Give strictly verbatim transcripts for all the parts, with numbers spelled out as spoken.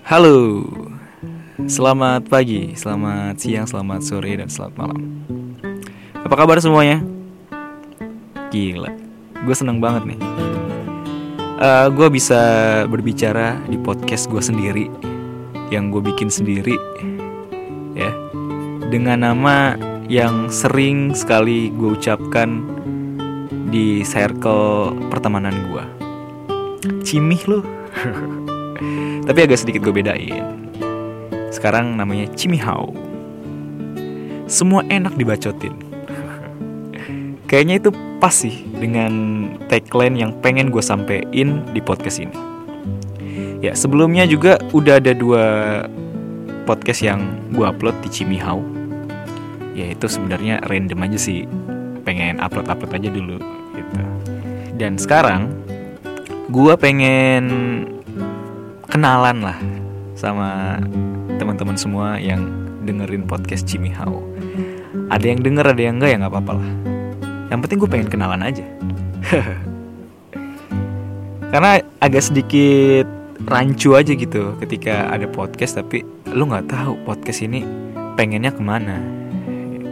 Halo, selamat pagi, selamat siang, selamat sore, dan selamat malam. Apa kabar semuanya? Gila, gue seneng banget nih uh, gue bisa berbicara di podcast gue sendiri, yang gue bikin sendiri, ya, dengan nama yang sering sekali gue ucapkan di circle pertemanan gue. Cimih lu. Tapi agak sedikit gue bedain. Sekarang namanya Cimihau. Semua enak dibacotin. Kayaknya itu pas sih dengan tagline yang pengen gue sampein di podcast ini. Ya, sebelumnya juga udah ada dua podcast yang gue upload di Cimihau. Ya, itu sebenarnya random aja sih. Pengen upload-upload aja dulu gitu. Dan sekarang gue pengen kenalan lah sama teman-teman semua yang dengerin podcast Cimihau. Ada yang denger, ada yang enggak, ya nggak apa-apa lah. Yang penting gue pengen kenalan aja. Karena agak sedikit rancu aja gitu ketika ada podcast tapi lu nggak tahu podcast ini pengennya kemana. Gitu.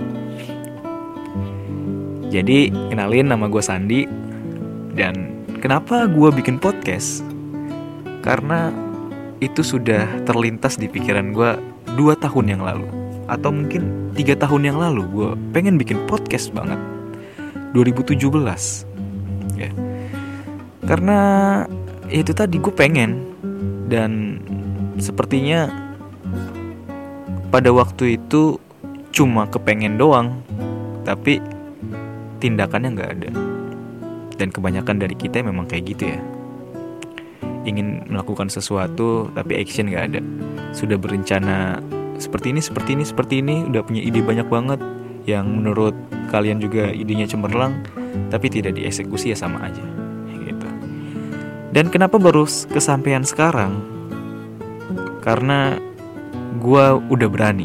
Jadi kenalin, nama gue Sandi. Dan kenapa gue bikin podcast? Karena itu sudah terlintas di pikiran gue dua tahun yang lalu. Atau mungkin tiga tahun yang lalu gue pengen bikin podcast banget. dua ribu tujuh belas ya. Karena itu tadi gue pengen. Dan sepertinya pada waktu itu cuma kepengen doang, tapi tindakannya gak ada. Dan kebanyakan dari kita memang kayak gitu ya. Ingin melakukan sesuatu tapi action gak ada. Sudah berencana seperti ini, seperti ini, seperti ini, udah punya ide banyak banget yang menurut kalian juga idenya cemerlang, tapi tidak dieksekusi, ya sama aja gitu. Dan kenapa baru kesampaian sekarang? Karena gue udah berani.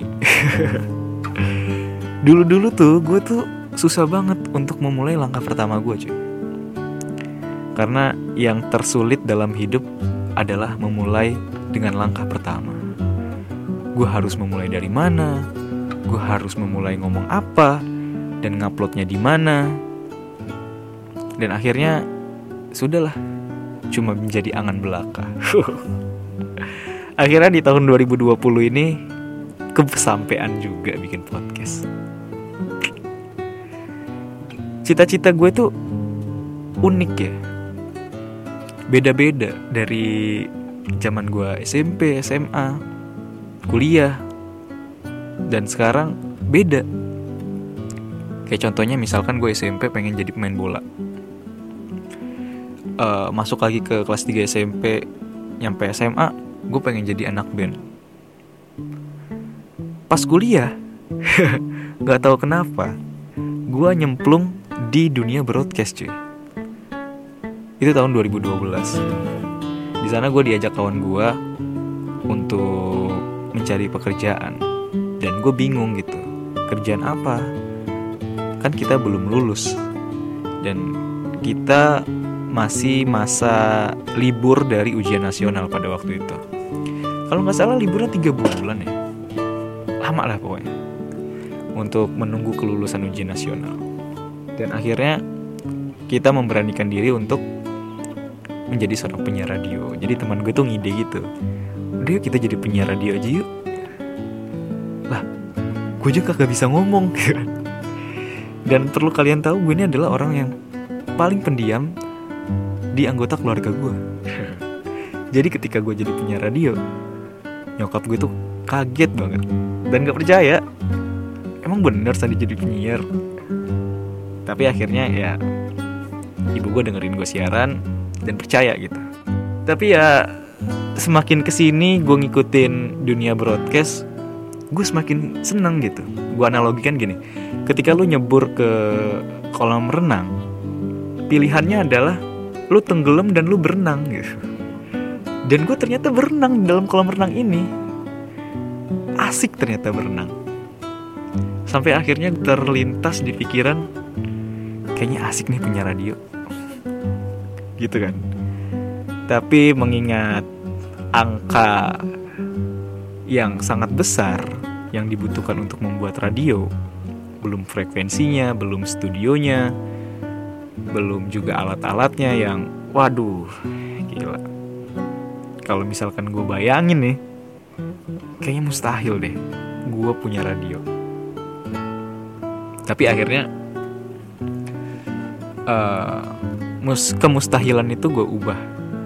Dulu-dulu tuh gue tuh susah banget untuk memulai langkah pertama gue, cuy. Karena yang tersulit dalam hidup adalah memulai dengan langkah pertama. Gue harus memulai dari mana? Gue harus memulai ngomong apa? Dan nguploadnya di mana? Dan akhirnya sudahlah, cuma menjadi angan belaka. Akhirnya di tahun dua ribu dua puluh ini kesampaian juga bikin podcast. Cita-cita gue tuh unik ya. Beda-beda dari zaman gue S M P, S M A, kuliah. Dan sekarang beda. Kayak contohnya misalkan gue S M P pengen jadi pemain bola, uh, masuk lagi ke kelas tiga S M P, nyampe S M A gue pengen jadi anak band. Pas kuliah gak tahu kenapa gue nyemplung di dunia broadcast, cuy. Itu tahun dua ribu dua belas. Di sana gue diajak kawan gue untuk mencari pekerjaan. Dan gue bingung gitu, kerjaan apa? Kan kita belum lulus. Dan kita masih masa libur dari ujian nasional pada waktu itu. Kalau gak salah liburnya tiga bulan ya. Lama lah pokoknya untuk menunggu kelulusan ujian nasional. Dan akhirnya kita memberanikan diri untuk menjadi seorang penyiar radio. Jadi teman gue tuh ngide gitu, udah yuk kita jadi penyiar radio aja yuk. Lah, gue juga kagak bisa ngomong. Dan perlu kalian tahu, gue ini adalah orang yang paling pendiam di anggota keluarga gue. Jadi ketika gue jadi penyiar radio, nyokap gue tuh kaget banget dan gak percaya. Emang bener Sandi jadi penyiar? Tapi akhirnya ya ibu gue dengerin gue siaran dan percaya gitu. Tapi ya semakin kesini gue ngikutin dunia broadcast, gue semakin seneng gitu. Gue analogikan gini, ketika lu nyebur ke kolam renang, pilihannya adalah lu tenggelam dan lu berenang gitu. Dan gue ternyata berenang di dalam kolam renang ini. Asik ternyata berenang. Sampai akhirnya terlintas di pikiran, kayaknya asik nih punya radio. Gitu kan. Tapi mengingat angka yang sangat besar yang dibutuhkan untuk membuat radio. Belum frekuensinya, belum studionya, belum juga alat-alatnya yang waduh, gila. Kalau misalkan gue bayangin nih, kayaknya mustahil deh gue punya radio. Tapi akhirnya uh, mus- kemustahilan itu gue ubah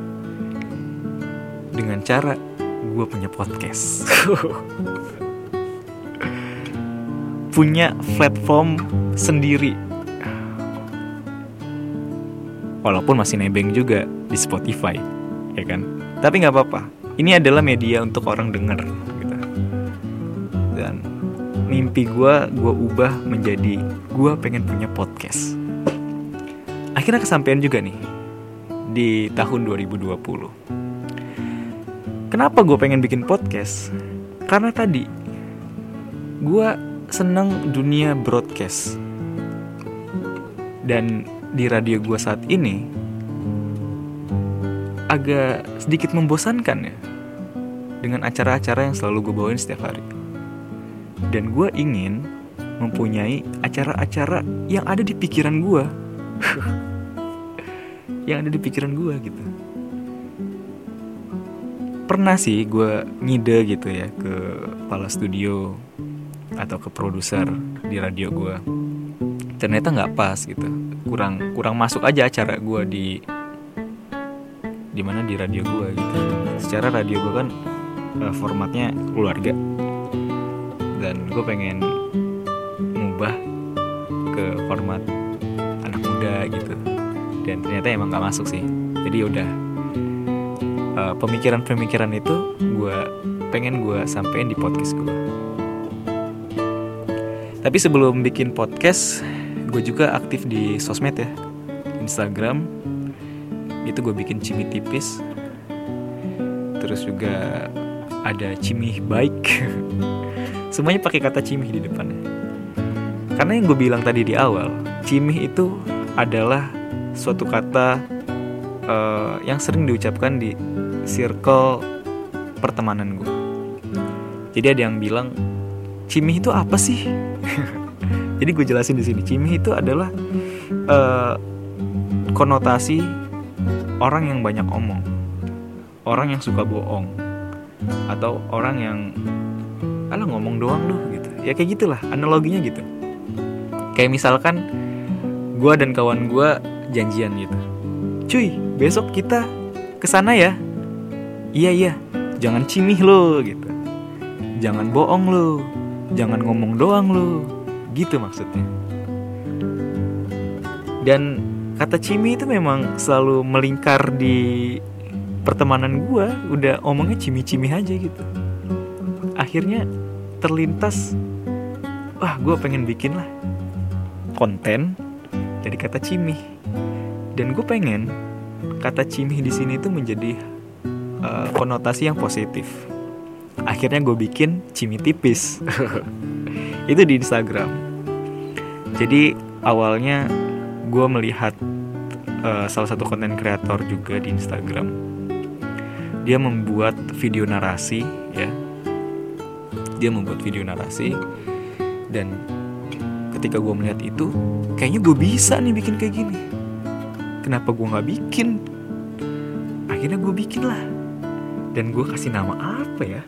dengan cara gue punya podcast. Punya platform sendiri. Walaupun masih nebeng juga di Spotify, ya kan? Tapi nggak apa-apa. Ini adalah media untuk orang denger, gitu. Dan mimpi gue, gue ubah menjadi gue pengen punya podcast. Akhirnya kesampaian juga nih di tahun dua ribu dua puluh. Kenapa gue pengen bikin podcast? Karena tadi gue seneng dunia broadcast. Dan di radio gue saat ini agak sedikit membosankan ya, dengan acara-acara yang selalu gue bawain setiap hari. Dan gue ingin mempunyai acara-acara yang ada di pikiran gue. Yang ada di pikiran gue gitu. Pernah sih gue ngide gitu ya ke kepala studio atau ke produser di radio gue. Ternyata nggak pas gitu, kurang kurang masuk aja acara gue di di mana di radio gue gitu. Secara radio gue kan uh, formatnya keluarga, dan gue pengen ngubah ke format anak muda gitu. Dan ternyata emang nggak masuk sih. Jadi udah uh, pemikiran-pemikiran itu gue pengen gue sampein di podcast gue. Tapi sebelum bikin podcast, gue juga aktif di sosmed ya. Instagram, itu gue bikin cimih tipis. Terus juga ada cimih baik. Semuanya pakai kata cimih di depannya. Karena yang gue bilang tadi di awal, cimih itu adalah suatu kata uh, yang sering diucapkan di circle pertemanan gue. Jadi ada yang bilang, cimih itu apa sih? Jadi gue jelasin di sini. Cimih itu adalah uh, konotasi orang yang banyak omong, orang yang suka bohong, atau orang yang alah ngomong doang lu gitu. Ya kayak gitulah analoginya gitu. Kayak misalkan gue dan kawan gue janjian gitu. Cuy, besok kita kesana ya. Iya iya, jangan cimih lo gitu. Jangan bohong lo. Jangan ngomong doang lo. Gitu maksudnya. Dan kata cimih itu memang selalu melingkar di pertemanan gue. Udah omongnya cimih-cimih aja gitu. Akhirnya terlintas, wah gue pengen bikin lah konten dari kata cimih. Dan gue pengen kata cimih di sini tuh menjadi uh, konotasi yang positif. Akhirnya gue bikin cimih tipis. Itu di Instagram. Jadi awalnya gue melihat uh, salah satu konten kreator juga di Instagram. Dia membuat video narasi ya. Dia membuat video narasi. Dan ketika gue melihat itu, kayaknya gue bisa nih bikin kayak gini. Kenapa gue gak bikin? Akhirnya gue bikin lah. Dan gue kasih nama apa ya?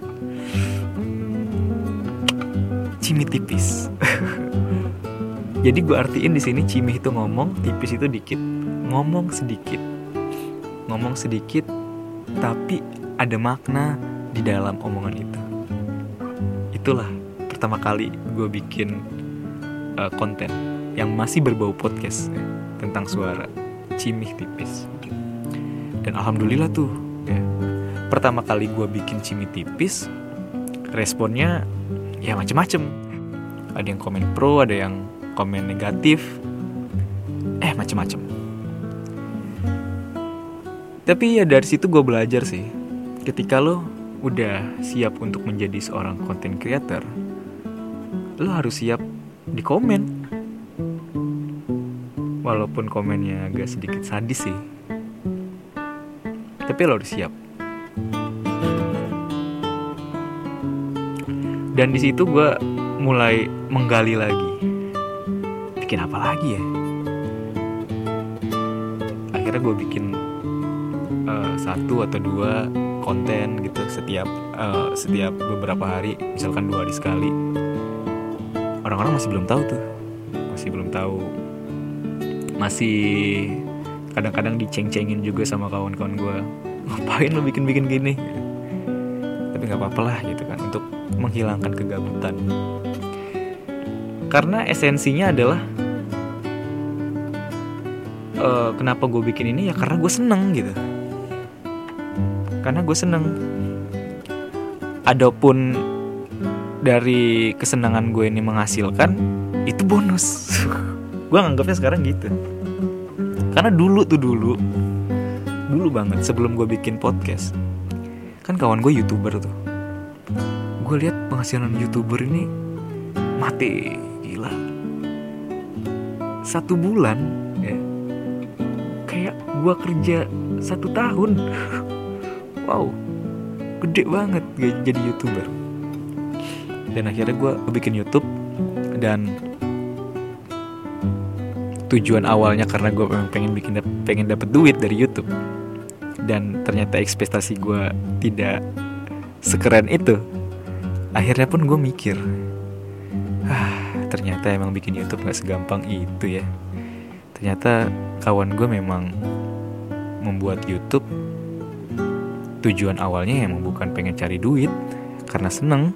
Cimih tipis. Jadi gue artiin di sini cimih itu ngomong, tipis itu dikit. Ngomong sedikit. Ngomong sedikit, tapi ada makna di dalam omongan itu. Itulah pertama kali gue bikin uh, konten yang masih berbau podcast ya, tentang suara, cimih tipis. Dan alhamdulillah tuh ya, pertama kali gue bikin cimih tipis, responnya ya macem-macem. Ada yang komen pro, ada yang komen negatif, eh macem-macem. Tapi ya dari situ gue belajar sih, ketika lo udah siap untuk menjadi seorang content creator, lo harus siap di komen. Walaupun komennya agak sedikit sadis sih, tapi lo harus siap. Dan di situ gue mulai menggali lagi, bikin apa lagi ya. Akhirnya gue bikin uh, satu atau dua konten gitu setiap uh, setiap beberapa hari, misalkan dua hari sekali. Orang-orang masih belum tahu tuh, masih belum tahu, masih kadang-kadang diceng-cengin juga sama kawan-kawan gue, ngapain lo bikin-bikin gini. Tapi nggak apa-apa lah gitu kan, untuk menghilangkan kegabutan. Karena esensinya adalah uh, kenapa gue bikin ini ya karena gue seneng gitu. Karena gue seneng. Adapun dari kesenangan gue ini menghasilkan, itu bonus. Gue nganggapnya sekarang gitu. Karena dulu tuh dulu Dulu banget sebelum gue bikin podcast, kan kawan gue YouTuber tuh, gue lihat penghasilan YouTuber ini mati, gila. Satu bulan ya, kayak gue kerja satu tahun. Wow, gede banget jadi YouTuber. Dan akhirnya gue bikin YouTube. Dan tujuan awalnya karena gue memang pengen bikin pengen dapet duit dari YouTube. Dan ternyata ekspektasi gue tidak sekeren itu. Akhirnya pun gue mikir, ah, ternyata emang bikin YouTube gak segampang itu ya. Ternyata kawan gue memang membuat YouTube tujuan awalnya emang bukan pengen cari duit, karena seneng.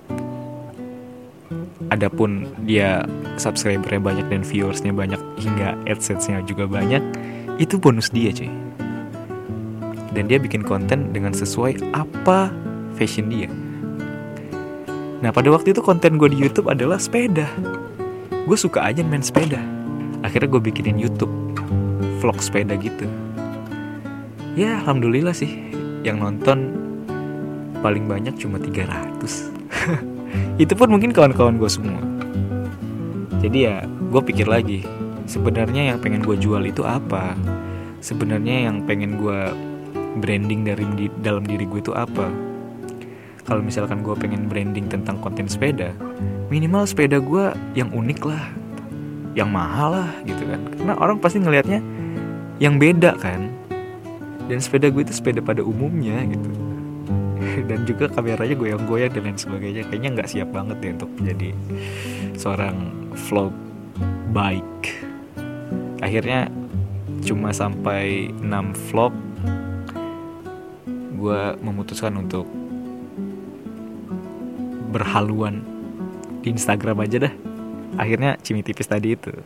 Adapun dia subscribernya banyak dan viewersnya banyak hingga AdSense-nya juga banyak, itu bonus dia cuy. Dan dia bikin konten dengan sesuai apa fashion dia. Nah pada waktu itu konten gue di YouTube adalah sepeda. Gue suka aja main sepeda. Akhirnya gue bikinin YouTube vlog sepeda gitu. Ya alhamdulillah sih, yang nonton paling banyak cuma tiga ratus. Itu pun mungkin kawan-kawan gue semua. Jadi ya gue pikir lagi, sebenarnya yang pengen gue jual itu apa? Sebenarnya yang pengen gue branding dari di, dalam diri gue itu apa? Kalau misalkan gue pengen branding tentang konten sepeda, minimal sepeda gue yang unik lah, yang mahal lah gitu kan. Karena orang pasti ngelihatnya yang beda kan. Dan sepeda gue itu sepeda pada umumnya gitu. Dan juga kameranya goyang-goyang dan lain sebagainya. Kayaknya gak siap banget ya untuk jadi seorang vlog bike. Akhirnya cuma sampai enam vlog. Gue memutuskan untuk berhaluan di Instagram aja dah. Akhirnya Cimi Tipis tadi itu.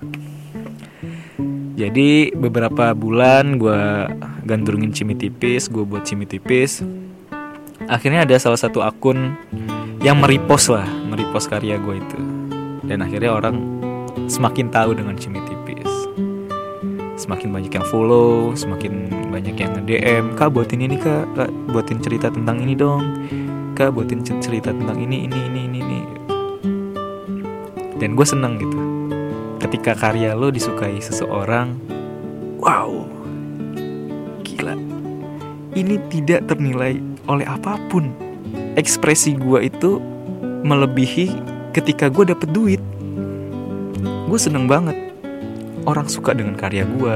Jadi beberapa bulan gue gandrungin Cimi Tipis, gue buat Cimi Tipis. Akhirnya ada salah satu akun yang merepost lah, merepost karya gue itu. Dan akhirnya orang semakin tahu dengan Cimi Tipis. Semakin banyak yang follow, semakin banyak yang nge-D M, "Kak buatin ini kak, kak buatin cerita tentang ini dong. Kak buatin cerita tentang ini, ini, ini, ini, ini." Dan gue seneng gitu. Ketika karya lo disukai seseorang, wow, gila. Ini tidak ternilai oleh apapun. Ekspresi gue itu melebihi ketika gue dapet duit. Gue seneng banget. Orang suka dengan karya gue,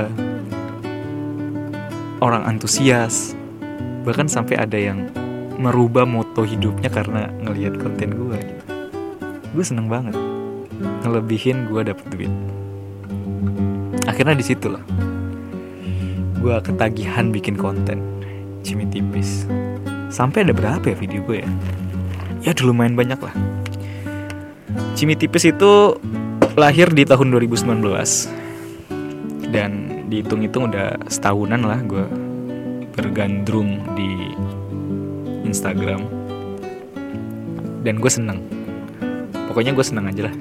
orang antusias, bahkan sampai ada yang merubah moto hidupnya karena ngelihat konten gue. Gue seneng banget, ngelebihin gue dapet duit. Akhirnya di situ lah, gue ketagihan bikin konten Cimi Tipis. Sampai ada berapa ya video gue ya? Ya udah lumayan banyak lah. Cimi Tipis itu lahir di tahun dua ribu sembilan belas. Dan dihitung-hitung udah setahunan lah gue bergandrung di Instagram. Dan gue seneng. Pokoknya gue seneng aja lah.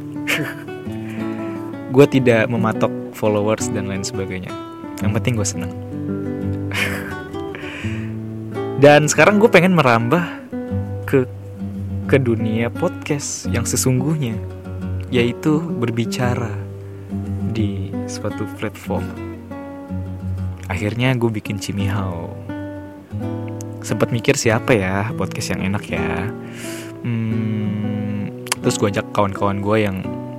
Gue tidak mematok followers dan lain sebagainya. Yang penting gue seneng. Dan sekarang gue pengen merambah ke ke dunia podcast yang sesungguhnya, yaitu berbicara di suatu platform. Akhirnya gue bikin Cimihao. Sempat mikir siapa ya podcast yang enak ya. Hmm, Terus gue ajak kawan-kawan gue yang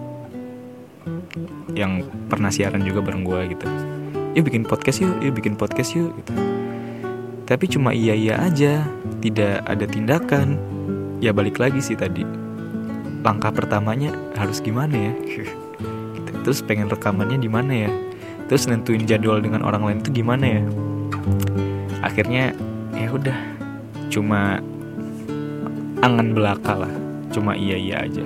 yang pernah siaran juga bareng gue gitu. Yuk bikin podcast yuk, yuk bikin podcast yuk gitu. Tapi cuma iya-iya aja, tidak ada tindakan. Ya balik lagi sih tadi, langkah pertamanya harus gimana ya? Terus pengen rekamannya di mana ya? Terus nentuin jadwal dengan orang lain itu gimana ya? Akhirnya ya udah, cuma angan belaka lah, cuma iya-iya aja.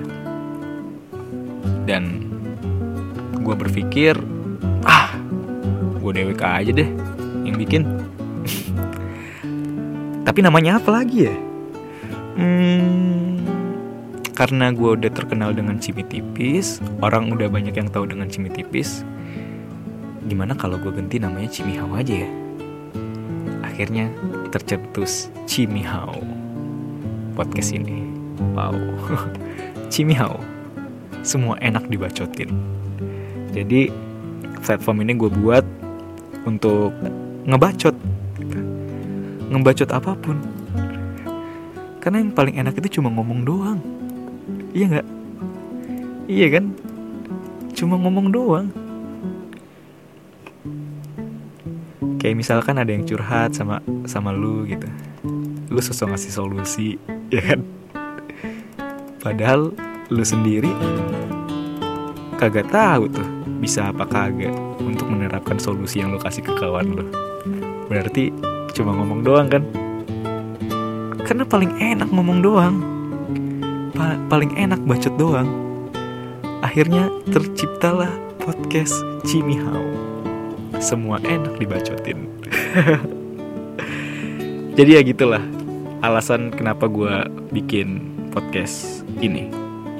Dan gue berpikir, ah, gue D W K aja deh yang bikin. Tapi namanya apa lagi ya? Hmm, karena gue udah terkenal dengan Cimi Tipis, orang udah banyak yang tahu dengan Cimi Tipis. Gimana kalau gue ganti namanya Cimihau aja ya? Akhirnya tercetus Cimihau podcast ini. Wow. Cimihau, semua enak dibacotin. Jadi platform ini gue buat untuk ngebacot, ngebacot apapun. Karena yang paling enak itu cuma ngomong doang. Iya gak? Iya kan? Cuma ngomong doang. Kayak misalkan ada yang curhat sama sama lu gitu, lu sosok ngasih solusi, ya kan? Padahal lu sendiri kagak tahu tuh bisa apa kagak untuk menerapkan solusi yang lu kasih ke kawan lu. Berarti cuma ngomong doang kan? Karena paling enak ngomong doang, pa- paling enak bacot doang. Akhirnya terciptalah podcast Cimihau. Semua enak dibacotin. Jadi ya gitulah alasan kenapa gue bikin podcast ini.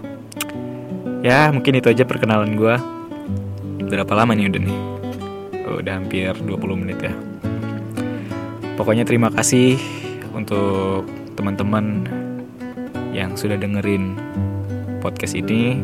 Ya mungkin itu aja perkenalan gue. Berapa lama nih udah nih? Oh, udah hampir dua puluh menit ya. Pokoknya terima kasih untuk teman-teman yang sudah dengerin podcast ini.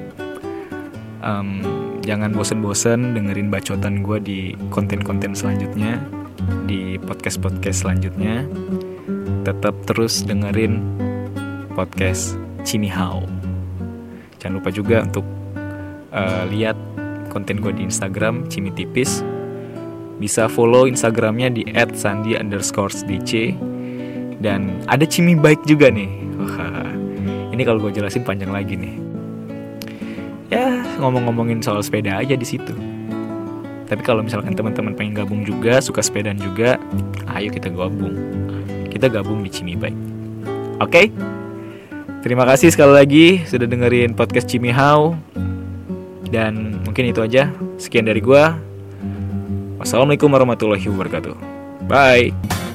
um, Jangan bosen-bosen dengerin bacotan gue di konten-konten selanjutnya, di podcast-podcast selanjutnya. Tetap terus dengerin podcast Cimihau. Jangan lupa juga untuk uh, lihat konten gue di Instagram Cimi Tipis. Bisa follow Instagramnya di et sandi underscore dc. Dan ada Cimi Bike juga nih. Wah, ini kalau gue jelasin panjang lagi nih. Ya ngomong-ngomongin soal sepeda aja di situ. Tapi kalau misalkan teman-teman pengen gabung juga, suka sepedaan juga, ayo kita gabung. Kita gabung di Cimi Bike. Oke? Okay? Terima kasih sekali lagi sudah dengerin podcast Cimihau. Dan mungkin itu aja. Sekian dari gua. Wassalamualaikum warahmatullahi wabarakatuh. Bye.